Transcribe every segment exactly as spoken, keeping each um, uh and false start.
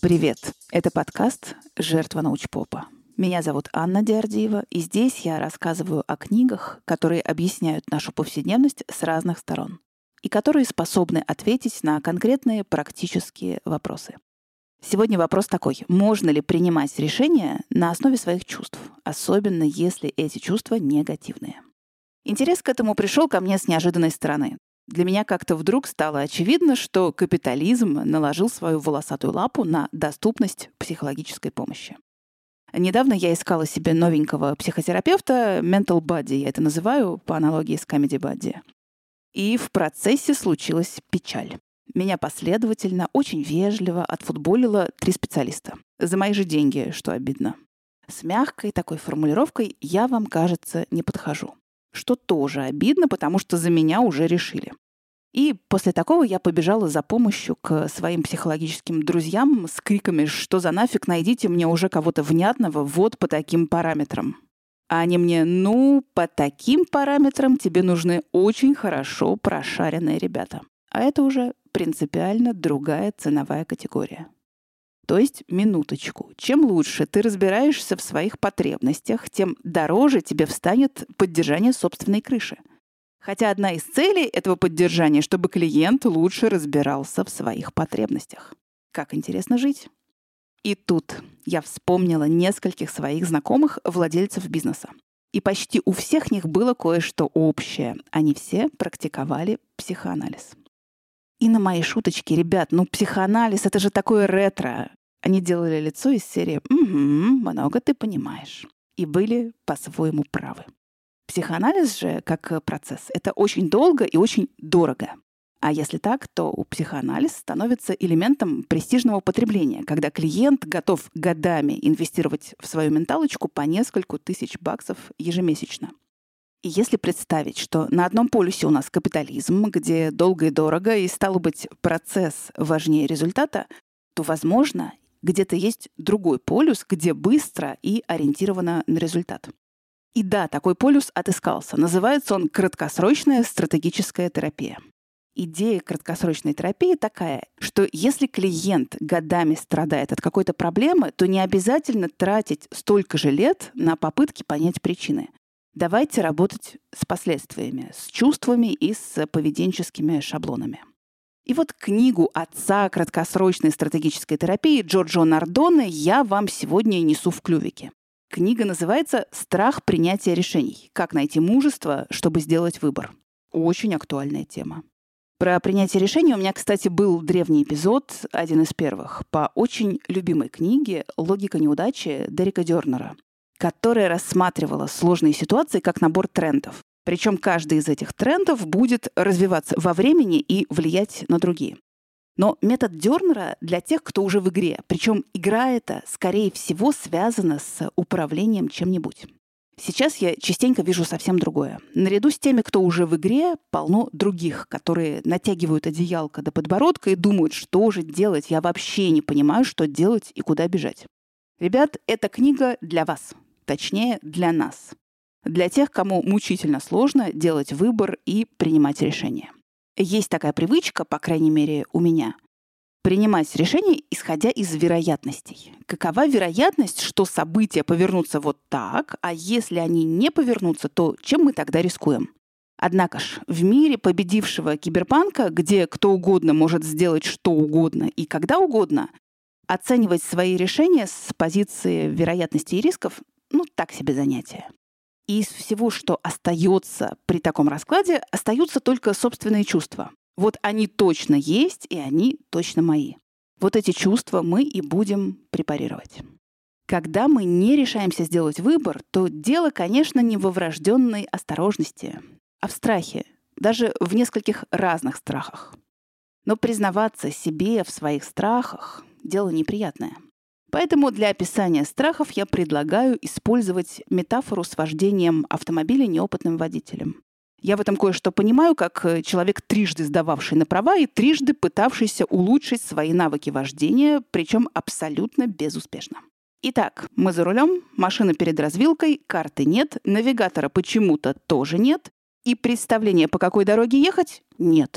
Привет! Это подкаст «Жертва научпопа». Меня зовут Анна Диардиева, и здесь я рассказываю о книгах, которые объясняют нашу повседневность с разных сторон и которые способны ответить на конкретные практические вопросы. Сегодня вопрос такой: можно ли принимать решения на основе своих чувств, особенно если эти чувства негативные? Интерес к этому пришел ко мне с неожиданной стороны. Для меня как-то вдруг стало очевидно, что капитализм наложил свою волосатую лапу на доступность психологической помощи. Недавно я искала себе новенького психотерапевта, mental buddy, я это называю по аналогии с comedy buddy. И в процессе случилась печаль. Меня последовательно, очень вежливо отфутболило три специалиста. За мои же деньги, что обидно. С мягкой такой формулировкой «я вам, кажется, не подхожу». Что тоже обидно, потому что за меня уже решили. И после такого я побежала за помощью к своим психологическим друзьям с криками: «Что за нафиг, найдите мне уже кого-то внятного вот по таким параметрам». А они мне: «Ну, по таким параметрам тебе нужны очень хорошо прошаренные ребята». А это уже принципиально другая ценовая категория. То есть, минуточку, чем лучше ты разбираешься в своих потребностях, тем дороже тебе встанет поддержание собственной крыши. Хотя одна из целей этого поддержания, чтобы клиент лучше разбирался в своих потребностях. Как интересно жить. И тут я вспомнила нескольких своих знакомых владельцев бизнеса. И почти у всех них было кое-что общее. Они все практиковали психоанализ. И на мои шуточки: ребят, ну психоанализ — это же такое ретро. Они делали лицо из серии «Угу, много ты понимаешь». И были по-своему правы. Психоанализ же, как процесс, это очень долго и очень дорого. А если так, то психоанализ становится элементом престижного потребления, когда клиент готов годами инвестировать в свою менталочку по нескольку тысяч баксов ежемесячно. И если представить, что на одном полюсе у нас капитализм, где долго и дорого, и, стало быть, процесс важнее результата, то, возможно, где-то есть другой полюс, где быстро и ориентировано на результат. И да, такой полюс отыскался. Называется он краткосрочная стратегическая терапия. Идея краткосрочной терапии такая, что если клиент годами страдает от какой-то проблемы, то не обязательно тратить столько же лет на попытки понять причины. Давайте работать с последствиями, с чувствами и с поведенческими шаблонами. И вот книгу отца краткосрочной стратегической терапии Джорджо Нардоне я вам сегодня несу в клювике. Книга называется «Страх принятия решений. Как найти мужество, чтобы сделать выбор». Очень актуальная тема. Про принятие решений у меня, кстати, был древний эпизод, один из первых, по очень любимой книге «Логика неудачи» Дерека Дернера, которая рассматривала сложные ситуации как набор трендов. Причем каждый из этих трендов будет развиваться во времени и влиять на другие. Но метод Дернера для тех, кто уже в игре. Причем игра эта, скорее всего, связана с управлением чем-нибудь. Сейчас я частенько вижу совсем другое. Наряду с теми, кто уже в игре, полно других, которые натягивают одеялко до подбородка и думают, что же делать. Я вообще не понимаю, что делать и куда бежать. Ребят, эта книга для вас. Точнее, для нас. Для тех, кому мучительно сложно делать выбор и принимать решения. Есть такая привычка, по крайней мере, у меня, принимать решения, исходя из вероятностей. Какова вероятность, что события повернутся вот так, а если они не повернутся, то чем мы тогда рискуем? Однако ж, в мире победившего киберпанка, где кто угодно может сделать что угодно и когда угодно, оценивать свои решения с позиции вероятностей и рисков – ну, так себе занятие. И из всего, что остается при таком раскладе, остаются только собственные чувства. Вот они точно есть, и они точно мои. Вот эти чувства мы и будем препарировать. Когда мы не решаемся сделать выбор, то дело, конечно, не во врожденной осторожности, а в страхе, даже в нескольких разных страхах. Но признаваться себе в своих страхах – дело неприятное. Поэтому для описания страхов я предлагаю использовать метафору с вождением автомобиля неопытным водителем. Я в этом кое-что понимаю, как человек, трижды сдававший на права и трижды пытавшийся улучшить свои навыки вождения, причем абсолютно безуспешно. Итак, мы за рулем, машина перед развилкой, карты нет, навигатора почему-то тоже нет, и представления, по какой дороге ехать, нет.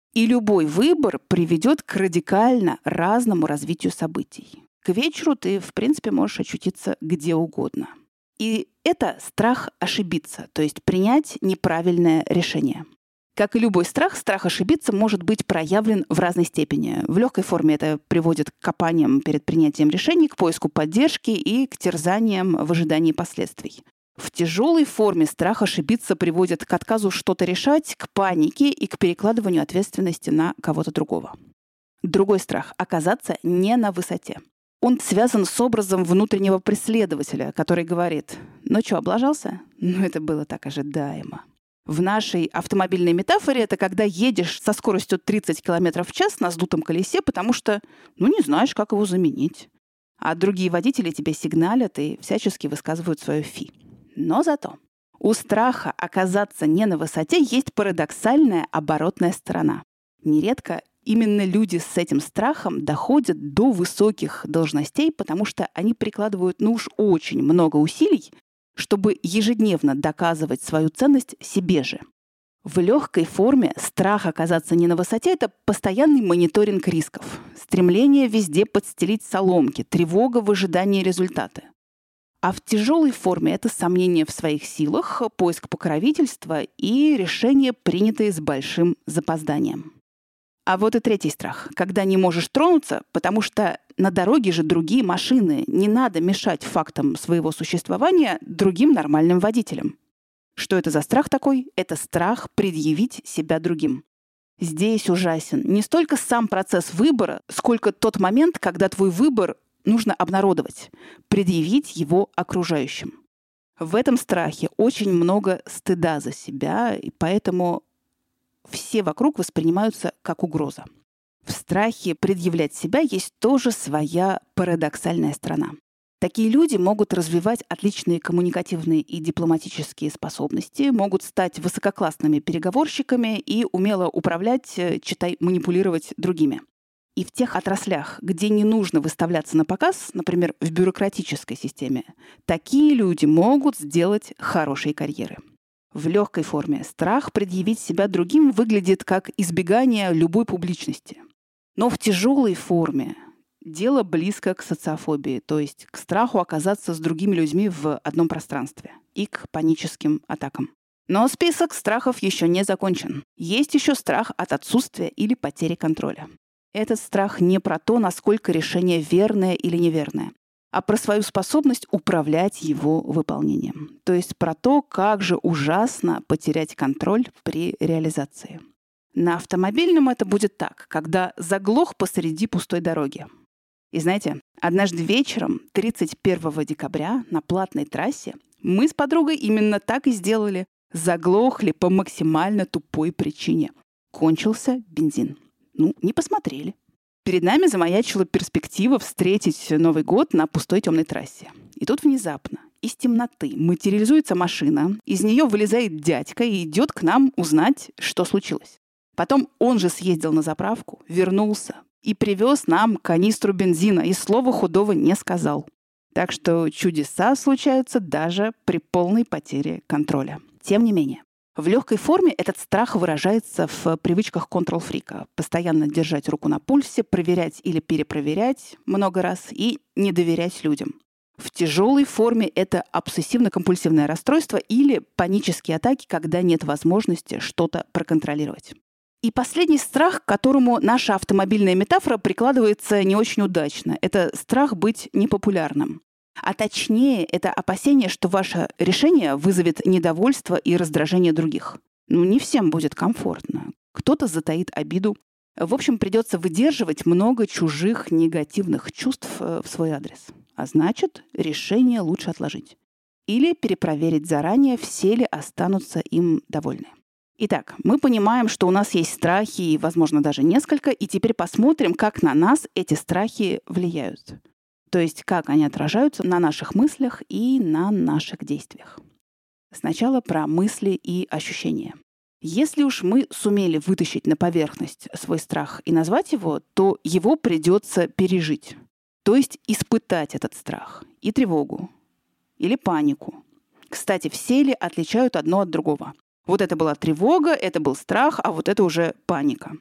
И любой выбор приведет к радикально разному развитию событий. К вечеру ты, в принципе, можешь очутиться где угодно. И это страх ошибиться, то есть принять неправильное решение. Как и любой страх, страх ошибиться может быть проявлен в разной степени. В легкой форме это приводит к копаниям перед принятием решений, к поиску поддержки и к терзаниям в ожидании последствий. В тяжелой форме страх ошибиться приводит к отказу что-то решать, к панике и к перекладыванию ответственности на кого-то другого. Другой страх — оказаться не на высоте. Он связан с образом внутреннего преследователя, который говорит: «Ну что, облажался? Ну это было так ожидаемо». В нашей автомобильной метафоре это когда едешь со скоростью тридцать километров в час на сдутом колесе, потому что, ну, не знаешь, как его заменить. А другие водители тебе сигналят и всячески высказывают свое фи. Но зато у страха оказаться не на высоте есть парадоксальная оборотная сторона. Нередко именно люди с этим страхом доходят до высоких должностей, потому что они прикладывают, ну уж очень много усилий, чтобы ежедневно доказывать свою ценность себе же. В легкой форме страх оказаться не на высоте — это постоянный мониторинг рисков, стремление везде подстелить соломки, тревога в ожидании результата. А в тяжелой форме это сомнение в своих силах, поиск покровительства и решения, принятые с большим запозданием. А вот и третий страх, когда не можешь тронуться, потому что на дороге же другие машины, не надо мешать фактам своего существования другим нормальным водителям. Что это за страх такой? Это страх предъявить себя другим. Здесь ужасен не столько сам процесс выбора, сколько тот момент, когда твой выбор нужно обнародовать, предъявить его окружающим. В этом страхе очень много стыда за себя, и поэтому все вокруг воспринимаются как угроза. В страхе предъявлять себя есть тоже своя парадоксальная сторона. Такие люди могут развивать отличные коммуникативные и дипломатические способности, могут стать высококлассными переговорщиками и умело управлять, читай, манипулировать другими. И в тех отраслях, где не нужно выставляться на показ, например, в бюрократической системе, такие люди могут сделать хорошие карьеры. В легкой форме страх предъявить себя другим выглядит как избегание любой публичности. Но в тяжелой форме дело близко к социофобии, то есть к страху оказаться с другими людьми в одном пространстве и к паническим атакам. Но список страхов еще не закончен. Есть еще страх от отсутствия или потери контроля. Этот страх не про то, насколько решение верное или неверное, а про свою способность управлять его выполнением. То есть про то, как же ужасно потерять контроль при реализации. На автомобильном это будет так, когда заглох посреди пустой дороги. И знаете, однажды вечером, тридцать первого декабря, на платной трассе, мы с подругой именно так и сделали. Заглохли по максимально тупой причине. Кончился бензин. Ну, не посмотрели. Перед нами замаячила перспектива встретить Новый год на пустой темной трассе. И тут внезапно из темноты материализуется машина, из нее вылезает дядька и идет к нам узнать, что случилось. Потом он же съездил на заправку, вернулся и привез нам канистру бензина и слова худого не сказал. Так что чудеса случаются даже при полной потере контроля. Тем не менее, в легкой форме этот страх выражается в привычках контрол-фрика. Постоянно держать руку на пульсе, проверять или перепроверять много раз и не доверять людям. В тяжелой форме это обсессивно-компульсивное расстройство или панические атаки, когда нет возможности что-то проконтролировать. И последний страх, к которому наша автомобильная метафора прикладывается не очень удачно, это страх быть непопулярным. А точнее, это опасение, что ваше решение вызовет недовольство и раздражение других. Ну, не всем будет комфортно. Кто-то затаит обиду. В общем, придется выдерживать много чужих негативных чувств в свой адрес. А значит, решение лучше отложить. Или перепроверить заранее, все ли останутся им довольны. Итак, мы понимаем, что у нас есть страхи, и, возможно, даже несколько, и теперь посмотрим, как на нас эти страхи влияют. То есть, как они отражаются на наших мыслях и на наших действиях. Сначала про мысли и ощущения. Если уж мы сумели вытащить на поверхность свой страх и назвать его, то его придется пережить. То есть испытать этот страх и тревогу или панику. Кстати, все ли отличают одно от другого? Вот это была тревога, это был страх, а вот это уже паника.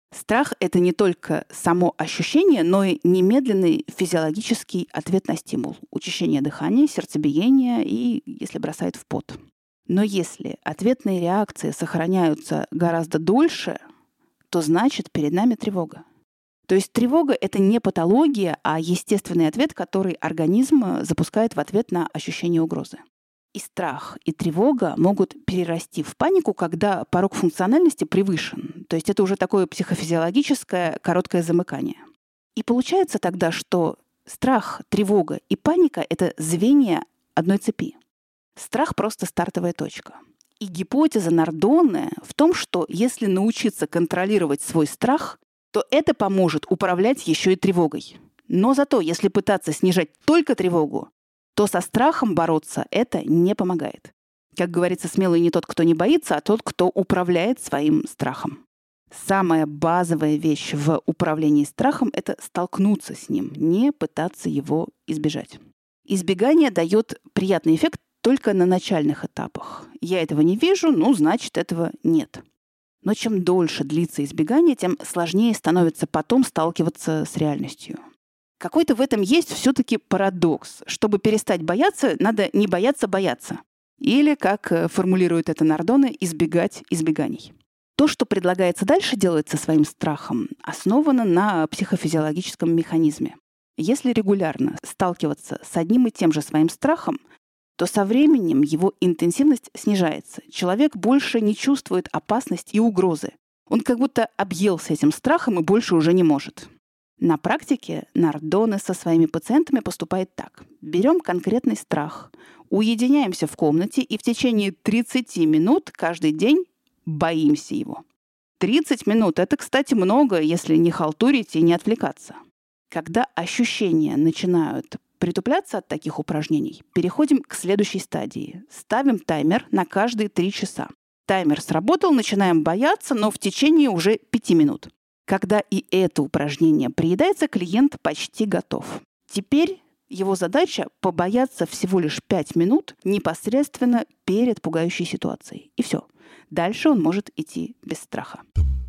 Страх — это не только само ощущение, но и немедленный физиологический ответ на стимул. Учащение дыхания, сердцебиения и, если бросает, в пот. Но если ответные реакции сохраняются гораздо дольше, то значит перед нами тревога. То есть тревога — это не патология, а естественный ответ, который организм запускает в ответ на ощущение угрозы. И страх, и тревога могут перерасти в панику, когда порог функциональности превышен. То есть это уже такое психофизиологическое короткое замыкание. И получается тогда, что страх, тревога и паника — это звенья одной цепи. Страх — просто стартовая точка. И гипотеза Нардоне в том, что если научиться контролировать свой страх, то это поможет управлять еще и тревогой. Но зато, если пытаться снижать только тревогу, то со страхом бороться это не помогает. Как говорится, смелый не тот, кто не боится, а тот, кто управляет своим страхом. Самая базовая вещь в управлении страхом — это столкнуться с ним, не пытаться его избежать. Избегание дает приятный эффект только на начальных этапах. Я этого не вижу, ну, значит, этого нет. Но чем дольше длится избегание, тем сложнее становится потом сталкиваться с реальностью. Какой-то в этом есть все-таки парадокс. Чтобы перестать бояться, надо не бояться бояться. Или, как формулирует это Нардоне, избегать избеганий. То, что предлагается дальше делать со своим страхом, основано на психофизиологическом механизме. Если регулярно сталкиваться с одним и тем же своим страхом, то со временем его интенсивность снижается. Человек больше не чувствует опасность и угрозы. Он как будто объелся этим страхом и больше уже не может. На практике Нардоне со своими пациентами поступает так. Берем конкретный страх, уединяемся в комнате и в течение тридцати минут каждый день боимся его. тридцать минут — это, кстати, много, если не халтурить и не отвлекаться. Когда ощущения начинают притупляться от таких упражнений, переходим к следующей стадии. Ставим таймер на каждые три часа. Таймер сработал, начинаем бояться, но в течение уже пяти минут. Когда и это упражнение приедается, клиент почти готов. Теперь его задача — побояться всего лишь пять минут непосредственно перед пугающей ситуацией. И все. Дальше он может идти без страха.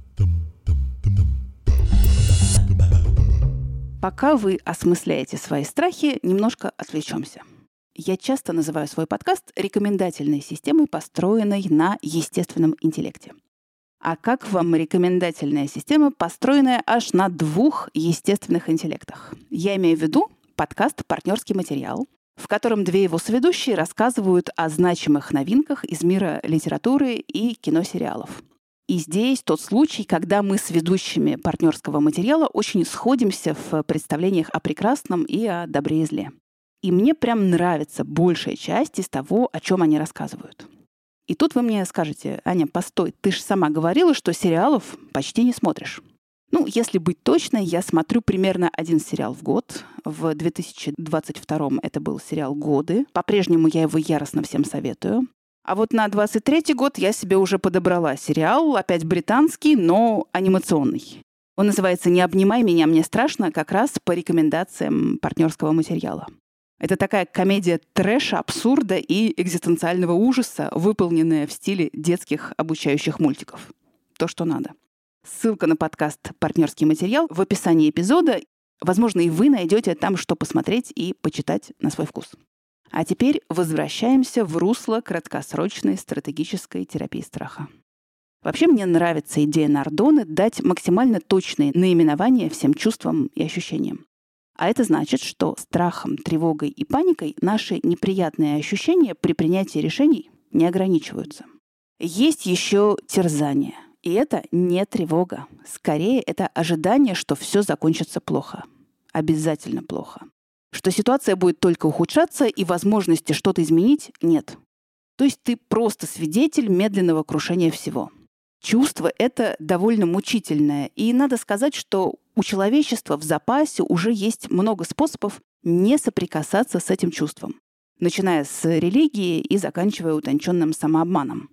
Пока вы осмысляете свои страхи, немножко отвлечемся. Я часто называю свой подкаст рекомендательной системой, построенной на естественном интеллекте. А как вам рекомендательная система, построенная аж на двух естественных интеллектах? Я имею в виду подкаст «Партнерский материал», в котором две его соведущие рассказывают о значимых новинках из мира литературы и киносериалов. И здесь тот случай, когда мы с ведущими партнерского материала очень сходимся в представлениях о прекрасном и о добре и зле. И мне прям нравится большая часть из того, о чем они рассказывают. И тут вы мне скажете: Аня, постой, ты же сама говорила, что сериалов почти не смотришь. Ну, если быть точной, я смотрю примерно один сериал в год. В две тысячи двадцать втором это был сериал «Годы». По-прежнему я его яростно всем советую. А вот на двадцать третий год я себе уже подобрала сериал, опять британский, но анимационный. Он называется «Не обнимай меня, мне страшно», как раз по рекомендациям партнерского материала. Это такая комедия трэша, абсурда и экзистенциального ужаса, выполненная в стиле детских обучающих мультиков. То, что надо. Ссылка на подкаст «Партнерский материал» в описании эпизода. Возможно, и вы найдете там, что посмотреть и почитать на свой вкус. А теперь возвращаемся в русло краткосрочной стратегической терапии страха. Вообще мне нравится идея Нардоне дать максимально точные наименования всем чувствам и ощущениям. А это значит, что страхом, тревогой и паникой наши неприятные ощущения при принятии решений не ограничиваются. Есть еще терзание. И это не тревога. Скорее, это ожидание, что все закончится плохо. Обязательно плохо. Что ситуация будет только ухудшаться, и возможности что-то изменить нет. То есть ты просто свидетель медленного крушения всего. Чувство — это довольно мучительное. И надо сказать, что у человечества в запасе уже есть много способов не соприкасаться с этим чувством, начиная с религии и заканчивая утонченным самообманом.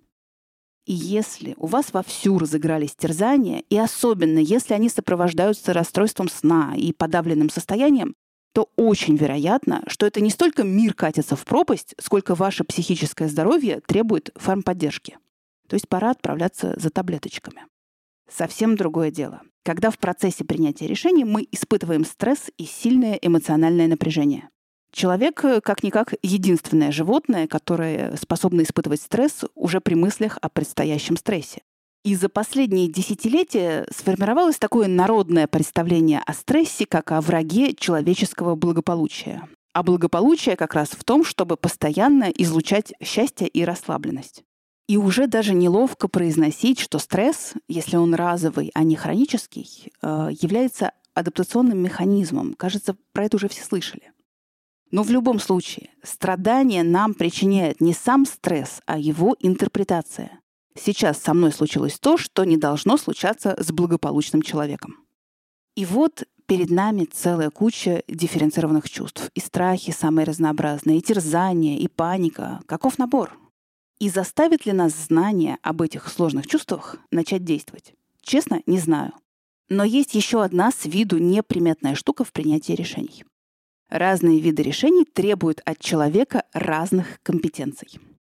И если у вас вовсю разыгрались терзания, и особенно если они сопровождаются расстройством сна и подавленным состоянием, то очень вероятно, что это не столько мир катится в пропасть, сколько ваше психическое здоровье требует фармподдержки. То есть пора отправляться за таблеточками. Совсем другое дело. Когда в процессе принятия решений мы испытываем стресс и сильное эмоциональное напряжение. Человек, как-никак, единственное животное, которое способно испытывать стресс уже при мыслях о предстоящем стрессе. И за последние десятилетия сформировалось такое народное представление о стрессе как о враге человеческого благополучия. А благополучие как раз в том, чтобы постоянно излучать счастье и расслабленность. И уже даже неловко произносить, что стресс, если он разовый, а не хронический, является адаптационным механизмом. Кажется, про это уже все слышали. Но в любом случае, страдание нам причиняет не сам стресс, а его интерпретация. Сейчас со мной случилось то, что не должно случаться с благополучным человеком. И вот перед нами целая куча дифференцированных чувств. И страхи самые разнообразные, и терзания, и паника. Каков набор? И заставит ли нас знание об этих сложных чувствах начать действовать? Честно, не знаю. Но есть еще одна с виду неприметная штука в принятии решений. Разные виды решений требуют от человека разных компетенций.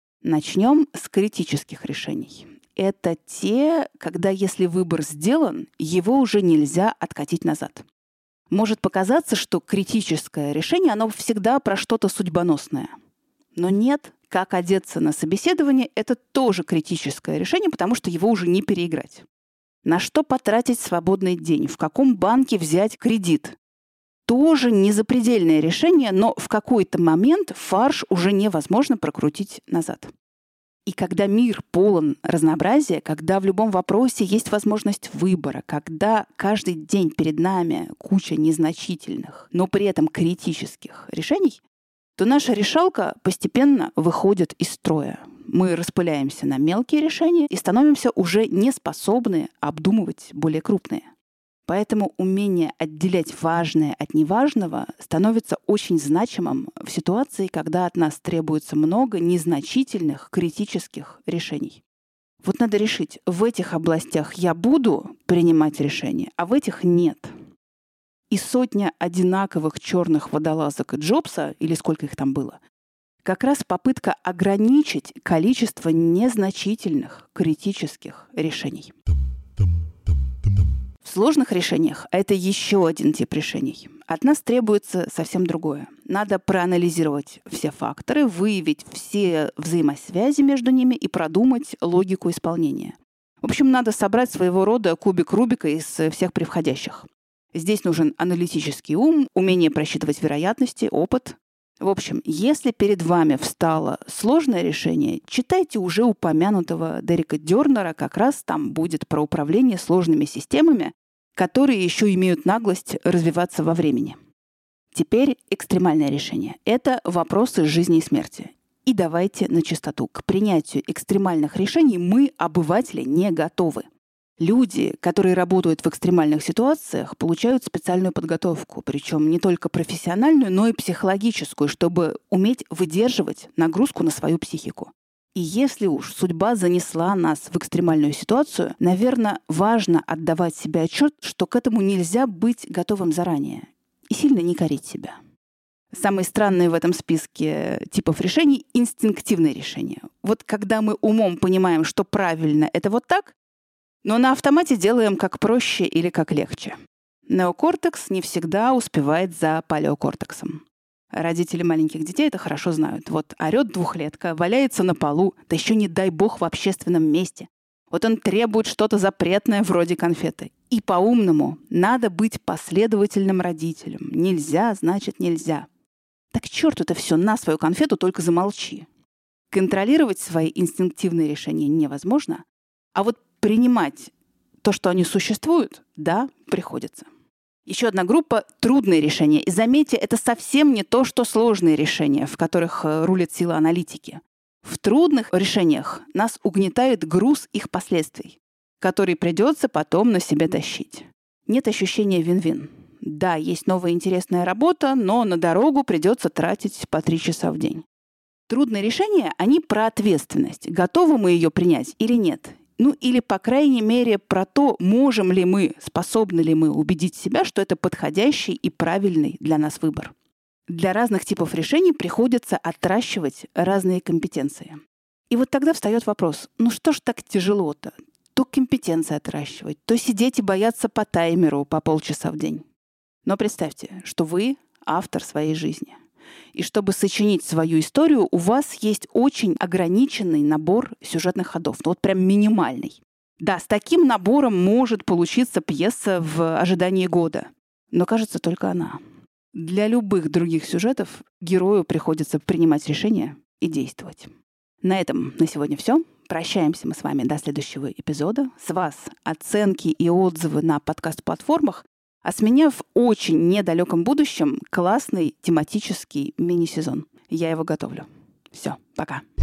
Начнем с критических решений. Это те, когда если выбор сделан, его уже нельзя откатить назад. Может показаться, что критическое решение, оно всегда про что-то судьбоносное. Но нет, как одеться на собеседование, это тоже критическое решение, потому что его уже не переиграть. На что потратить свободный день, в каком банке взять кредит. Тоже незапредельное решение, но в какой-то момент фарш уже невозможно прокрутить назад. И когда мир полон разнообразия, когда в любом вопросе есть возможность выбора, когда каждый день перед нами куча незначительных, но при этом критических решений, то наша решалка постепенно выходит из строя. Мы распыляемся на мелкие решения и становимся уже неспособны обдумывать более крупные. Поэтому умение отделять важное от неважного становится очень значимым в ситуации, когда от нас требуется много незначительных критических решений. Вот надо решить, в этих областях я буду принимать решения, а в этих нет. И сотня одинаковых черных водолазок Джобса, или сколько их там было, как раз попытка ограничить количество незначительных критических решений. В сложных решениях, а это еще один тип решений, от нас требуется совсем другое. Надо проанализировать все факторы, выявить все взаимосвязи между ними и продумать логику исполнения. В общем, надо собрать своего рода кубик Рубика из всех превходящих. Здесь нужен аналитический ум, умение просчитывать вероятности, опыт. В общем, если перед вами встало сложное решение, читайте уже упомянутого Дерека Дернера, как раз там будет про управление сложными системами, которые еще имеют наглость развиваться во времени. Теперь экстремальное решение. Это вопросы жизни и смерти. И давайте на чистоту. К принятию экстремальных решений мы, обыватели, не готовы. Люди, которые работают в экстремальных ситуациях, получают специальную подготовку, причем не только профессиональную, но и психологическую, чтобы уметь выдерживать нагрузку на свою психику. И если уж судьба занесла нас в экстремальную ситуацию, наверное, важно отдавать себе отчет, что к этому нельзя быть готовым заранее и сильно не корить себя. Самые странные в этом списке типов решений — инстинктивные решения. Вот когда мы умом понимаем, что правильно — это вот так, но на автомате делаем как проще или как легче. Неокортекс не всегда успевает за палеокортексом. Родители маленьких детей это хорошо знают. Вот орёт двухлетка, валяется на полу, да еще не дай бог в общественном месте. Вот он требует что-то запретное вроде конфеты. И по-умному надо быть последовательным родителем. Нельзя, значит нельзя. Так к черту это все, на свою конфету только замолчи. Контролировать свои инстинктивные решения невозможно, а вот принимать то, что они существуют, да, приходится. Еще одна группа — трудные решения. И заметьте, это совсем не то, что сложные решения, в которых рулит сила аналитики. В трудных решениях нас угнетает груз их последствий, который придется потом на себе тащить. Нет ощущения вин-вин. Да, есть новая интересная работа, но на дорогу придется тратить по три часа в день. Трудные решения, они про ответственность. Готовы мы ее принять или нет? Ну или, по крайней мере, про то, можем ли мы, способны ли мы убедить себя, что это подходящий и правильный для нас выбор. Для разных типов решений приходится отращивать разные компетенции. И вот тогда встает вопрос, ну что ж так тяжело-то? то компетенции отращивать, то сидеть и бояться по таймеру по полчаса в день. Но представьте, что вы автор своей жизни. И чтобы сочинить свою историю, у вас есть очень ограниченный набор сюжетных ходов. Ну вот прям минимальный. Да, с таким набором может получиться пьеса в ожидании года. Но, кажется, только она. Для любых других сюжетов герою приходится принимать решения и действовать. На этом на сегодня все. Прощаемся мы с вами до следующего эпизода. С вас оценки и отзывы на подкаст-платформах, а с меня в очень недалеком будущем классный тематический мини-сезон. Я его готовлю. Все, пока.